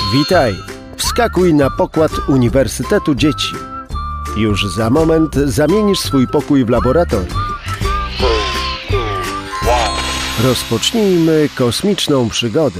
Witaj! Wskakuj na pokład Uniwersytetu Dzieci. Już za moment zamienisz swój pokój w laboratorium. Rozpocznijmy kosmiczną przygodę.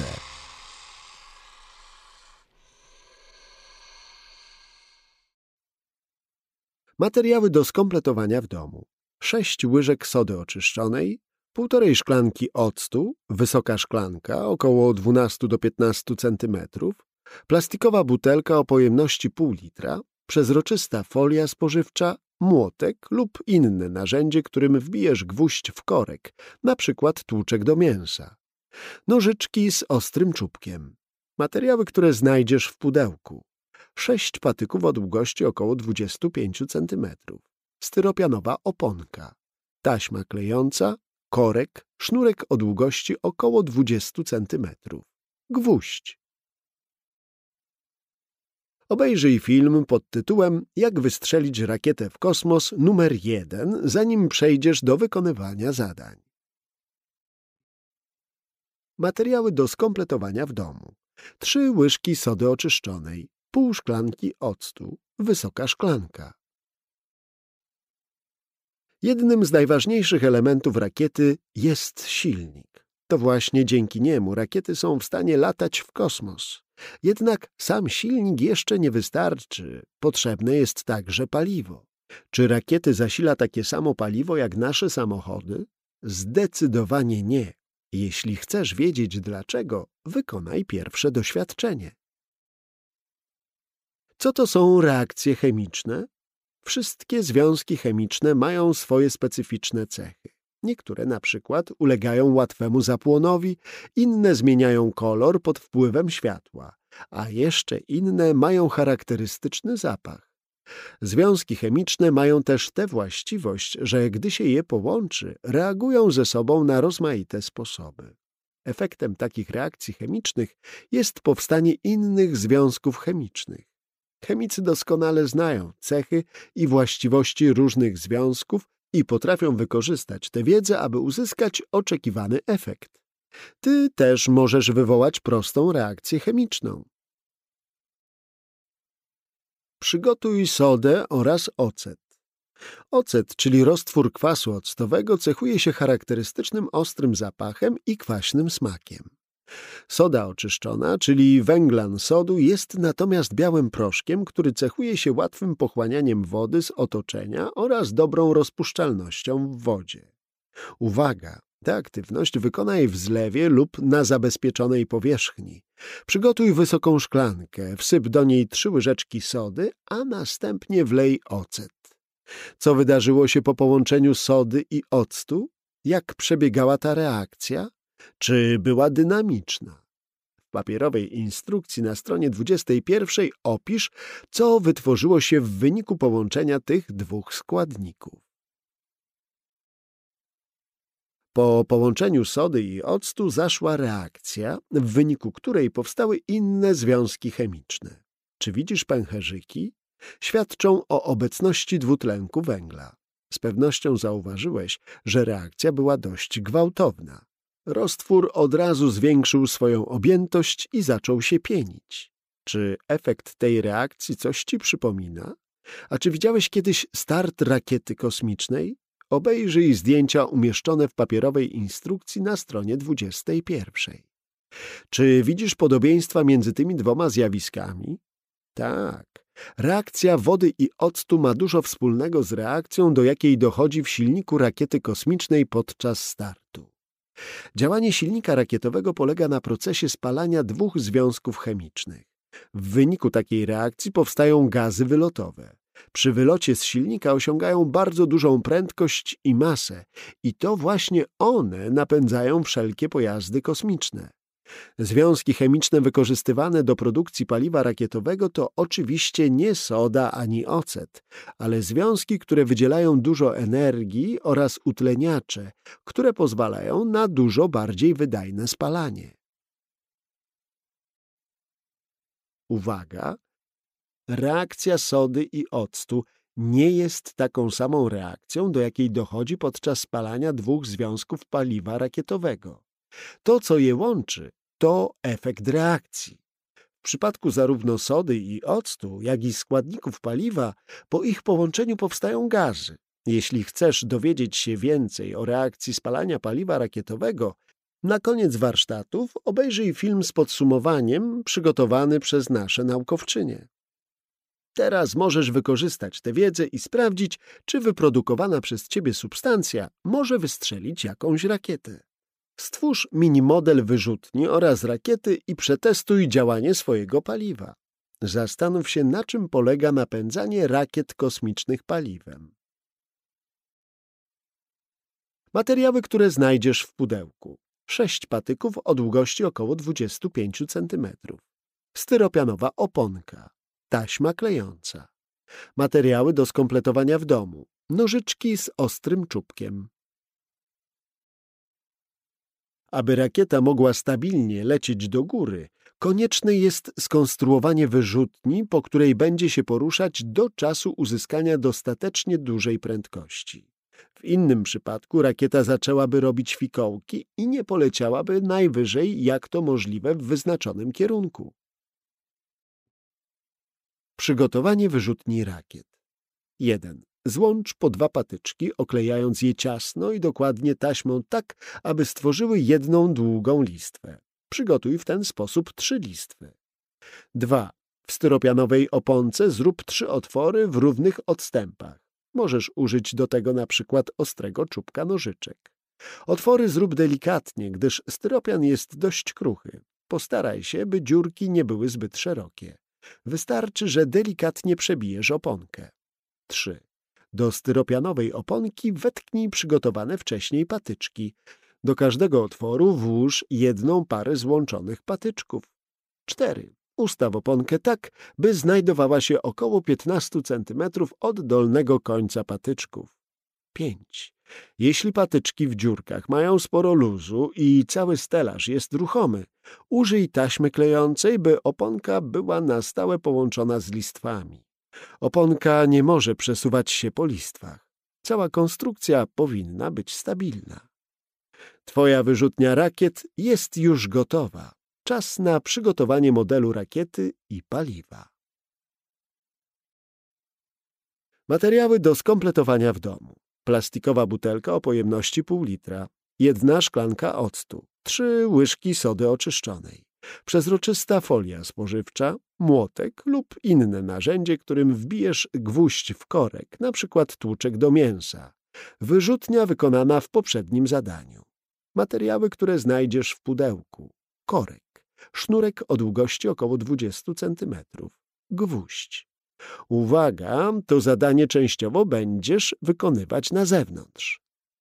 Materiały do skompletowania w domu. 6 łyżek sody oczyszczonej, 1,5 szklanki octu, wysoka szklanka, około 12 do 15 cm, plastikowa butelka o pojemności pół litra, przezroczysta folia spożywcza, młotek lub inne narzędzie, którym wbijesz gwóźdź w korek, na przykład tłuczek do mięsa, nożyczki z ostrym czubkiem, materiały, które znajdziesz w pudełku, 6 patyków o długości około 25 cm, styropianowa oponka, taśma klejąca, korek, sznurek o długości około 20 cm, gwóźdź. Obejrzyj film pod tytułem „Jak wystrzelić rakietę w kosmos” numer 1, zanim przejdziesz do wykonywania zadań. Materiały do skompletowania w domu. 3 łyżki sody oczyszczonej, pół szklanki octu, wysoka szklanka. Jednym z najważniejszych elementów rakiety jest silnik. To właśnie dzięki niemu rakiety są w stanie latać w kosmos. Jednak sam silnik jeszcze nie wystarczy. Potrzebne jest także paliwo. Czy rakiety zasila takie samo paliwo jak nasze samochody? Zdecydowanie nie. Jeśli chcesz wiedzieć dlaczego, wykonaj pierwsze doświadczenie. Co to są reakcje chemiczne? Wszystkie związki chemiczne mają swoje specyficzne cechy. Niektóre na przykład ulegają łatwemu zapłonowi, inne zmieniają kolor pod wpływem światła, a jeszcze inne mają charakterystyczny zapach. Związki chemiczne mają też tę właściwość, że gdy się je połączy, reagują ze sobą na rozmaite sposoby. Efektem takich reakcji chemicznych jest powstanie innych związków chemicznych. Chemicy doskonale znają cechy i właściwości różnych związków i potrafią wykorzystać tę wiedzę, aby uzyskać oczekiwany efekt. Ty też możesz wywołać prostą reakcję chemiczną. Przygotuj sodę oraz ocet. Ocet, czyli roztwór kwasu octowego, cechuje się charakterystycznym ostrym zapachem i kwaśnym smakiem. Soda oczyszczona, czyli węglan sodu, jest natomiast białym proszkiem, który cechuje się łatwym pochłanianiem wody z otoczenia oraz dobrą rozpuszczalnością w wodzie. Uwaga! Tę aktywność wykonaj w zlewie lub na zabezpieczonej powierzchni. Przygotuj wysoką szklankę, wsyp do niej 3 łyżeczki sody, a następnie wlej ocet. Co wydarzyło się po połączeniu sody i octu? Jak przebiegała ta reakcja? Czy była dynamiczna? W papierowej instrukcji na stronie 21 opisz, co wytworzyło się w wyniku połączenia tych dwóch składników. Po połączeniu sody i octu zaszła reakcja, w wyniku której powstały inne związki chemiczne. Czy widzisz pęcherzyki? Świadczą o obecności dwutlenku węgla. Z pewnością zauważyłeś, że reakcja była dość gwałtowna. Roztwór od razu zwiększył swoją objętość i zaczął się pienić. Czy efekt tej reakcji coś ci przypomina? A czy widziałeś kiedyś start rakiety kosmicznej? Obejrzyj zdjęcia umieszczone w papierowej instrukcji na stronie 21. Czy widzisz podobieństwa między tymi dwoma zjawiskami? Tak. Reakcja wody i octu ma dużo wspólnego z reakcją, do jakiej dochodzi w silniku rakiety kosmicznej podczas startu. Działanie silnika rakietowego polega na procesie spalania dwóch związków chemicznych. W wyniku takiej reakcji powstają gazy wylotowe. Przy wylocie z silnika osiągają bardzo dużą prędkość i masę i to właśnie one napędzają wszelkie pojazdy kosmiczne. Związki chemiczne wykorzystywane do produkcji paliwa rakietowego to oczywiście nie soda ani ocet, ale związki, które wydzielają dużo energii oraz utleniacze, które pozwalają na dużo bardziej wydajne spalanie. Uwaga! Reakcja sody i octu nie jest taką samą reakcją, do jakiej dochodzi podczas spalania dwóch związków paliwa rakietowego. To, co je łączy, to efekt reakcji. W przypadku zarówno sody i octu, jak i składników paliwa, po ich połączeniu powstają gazy. Jeśli chcesz dowiedzieć się więcej o reakcji spalania paliwa rakietowego, na koniec warsztatów obejrzyj film z podsumowaniem przygotowany przez nasze naukowczynie. Teraz możesz wykorzystać tę wiedzę i sprawdzić, czy wyprodukowana przez ciebie substancja może wystrzelić jakąś rakietę. Stwórz mini-model wyrzutni oraz rakiety i przetestuj działanie swojego paliwa. Zastanów się, na czym polega napędzanie rakiet kosmicznych paliwem. Materiały, które znajdziesz w pudełku. 6 patyków o długości około 25 cm. Styropianowa oponka. Taśma klejąca. Materiały do skompletowania w domu. Nożyczki z ostrym czubkiem. Aby rakieta mogła stabilnie lecieć do góry, konieczne jest skonstruowanie wyrzutni, po której będzie się poruszać do czasu uzyskania dostatecznie dużej prędkości. W innym przypadku rakieta zaczęłaby robić fikołki i nie poleciałaby najwyżej, jak to możliwe, w wyznaczonym kierunku. Przygotowanie wyrzutni rakiet. 1. Złącz po 2 patyczki, oklejając je ciasno i dokładnie taśmą tak, aby stworzyły jedną długą listwę. Przygotuj w ten sposób 3 listwy. 2. W styropianowej oponce zrób 3 otwory w równych odstępach. Możesz użyć do tego na przykład ostrego czubka nożyczek. Otwory zrób delikatnie, gdyż styropian jest dość kruchy. Postaraj się, by dziurki nie były zbyt szerokie. Wystarczy, że delikatnie przebijesz oponkę. 3. Do styropianowej oponki wetknij przygotowane wcześniej patyczki. Do każdego otworu włóż 1 parę złączonych patyczków. 4. Ustaw oponkę tak, by znajdowała się około 15 cm od dolnego końca patyczków. 5. Jeśli patyczki w dziurkach mają sporo luzu i cały stelaż jest ruchomy, użyj taśmy klejącej, by oponka była na stałe połączona z listwami. Oponka nie może przesuwać się po listwach. Cała konstrukcja powinna być stabilna. Twoja wyrzutnia rakiet jest już gotowa. Czas na przygotowanie modelu rakiety i paliwa. Materiały do skompletowania w domu. Plastikowa butelka o pojemności pół litra, 1 szklanka octu, 3 łyżki sody oczyszczonej, przezroczysta folia spożywcza, młotek lub inne narzędzie, którym wbijesz gwóźdź w korek, np. tłuczek do mięsa. Wyrzutnia wykonana w poprzednim zadaniu. Materiały, które znajdziesz w pudełku. Korek, sznurek o długości około 20 cm, gwóźdź. Uwaga, to zadanie częściowo będziesz wykonywać na zewnątrz.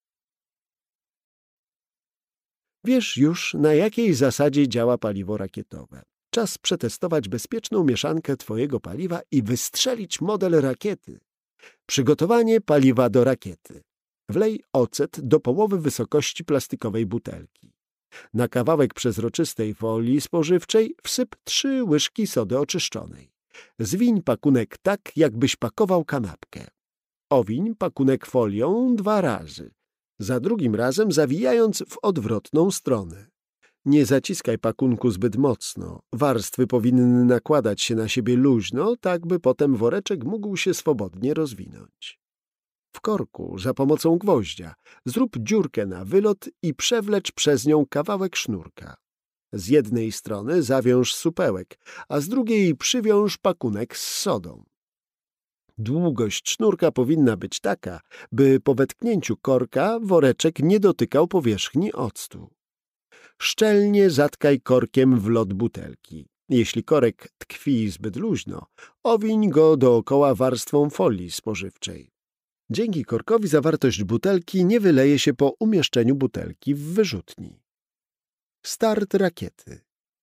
Wiesz już, na jakiej zasadzie działa paliwo rakietowe. Czas przetestować bezpieczną mieszankę twojego paliwa i wystrzelić model rakiety. Przygotowanie paliwa do rakiety. Wlej ocet do połowy wysokości plastikowej butelki. Na kawałek przezroczystej folii spożywczej wsyp 3 łyżki sody oczyszczonej. Zwiń pakunek tak, jakbyś pakował kanapkę. Owiń pakunek folią 2 razy, za drugim razem zawijając w odwrotną stronę. Nie zaciskaj pakunku zbyt mocno. Warstwy powinny nakładać się na siebie luźno, tak by potem woreczek mógł się swobodnie rozwinąć. W korku za pomocą gwoździa zrób dziurkę na wylot i przewlecz przez nią kawałek sznurka. Z jednej strony zawiąż supełek, a z drugiej przywiąż pakunek z sodą. Długość sznurka powinna być taka, by po wetknięciu korka woreczek nie dotykał powierzchni octu. Szczelnie zatkaj korkiem wlot butelki. Jeśli korek tkwi zbyt luźno, owiń go dookoła warstwą folii spożywczej. Dzięki korkowi zawartość butelki nie wyleje się po umieszczeniu butelki w wyrzutni. Start rakiety.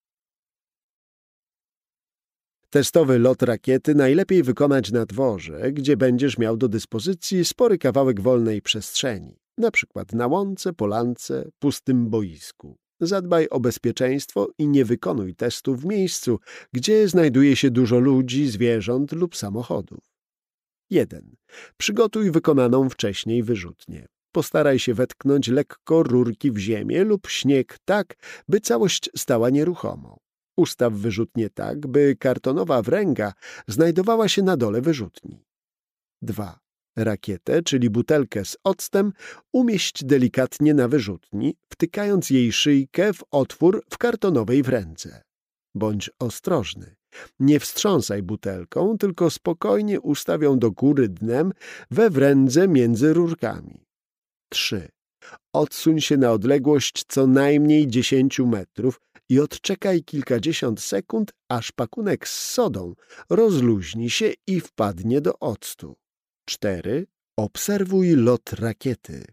Testowy lot rakiety najlepiej wykonać na dworze, gdzie będziesz miał do dyspozycji spory kawałek wolnej przestrzeni, na przykład na łące, polance, pustym boisku. Zadbaj o bezpieczeństwo i nie wykonuj testu w miejscu, gdzie znajduje się dużo ludzi, zwierząt lub samochodów. 1. Przygotuj wykonaną wcześniej wyrzutnię. Postaraj się wetknąć lekko rurki w ziemię lub śnieg tak, by całość stała nieruchomo. Ustaw wyrzutnię tak, by kartonowa wręga znajdowała się na dole wyrzutni. 2. Rakietę, czyli butelkę z octem, umieść delikatnie na wyrzutni, wtykając jej szyjkę w otwór w kartonowej wrędze. Bądź ostrożny. Nie wstrząsaj butelką, tylko spokojnie ustaw ją do góry dnem we wrędze między rurkami. 3. Odsuń się na odległość co najmniej 10 metrów i odczekaj kilkadziesiąt sekund, aż pakunek z sodą rozluźni się i wpadnie do octu. 4. Obserwuj lot rakiety.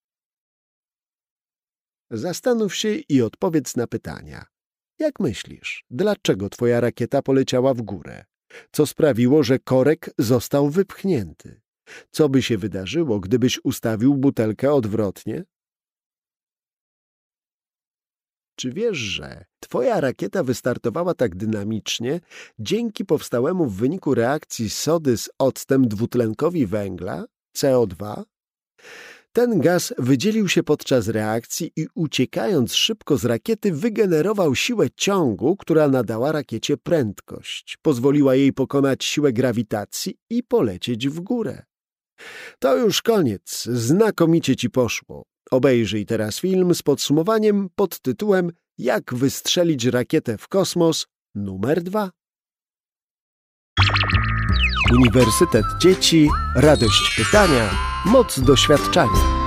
Zastanów się i odpowiedz na pytania. Jak myślisz, dlaczego twoja rakieta poleciała w górę? Co sprawiło, że korek został wypchnięty? Co by się wydarzyło, gdybyś ustawił butelkę odwrotnie? Czy wiesz, że twoja rakieta wystartowała tak dynamicznie dzięki powstałemu w wyniku reakcji sody z octem dwutlenkowi węgla, CO2? Ten gaz wydzielił się podczas reakcji i uciekając szybko z rakiety wygenerował siłę ciągu, która nadała rakiecie prędkość, pozwoliła jej pokonać siłę grawitacji i polecieć w górę. To już koniec, znakomicie ci poszło. Obejrzyj teraz film z podsumowaniem pod tytułem Jak wystrzelić rakietę w kosmos numer 2. Uniwersytet Dzieci, radość pytania, moc doświadczania.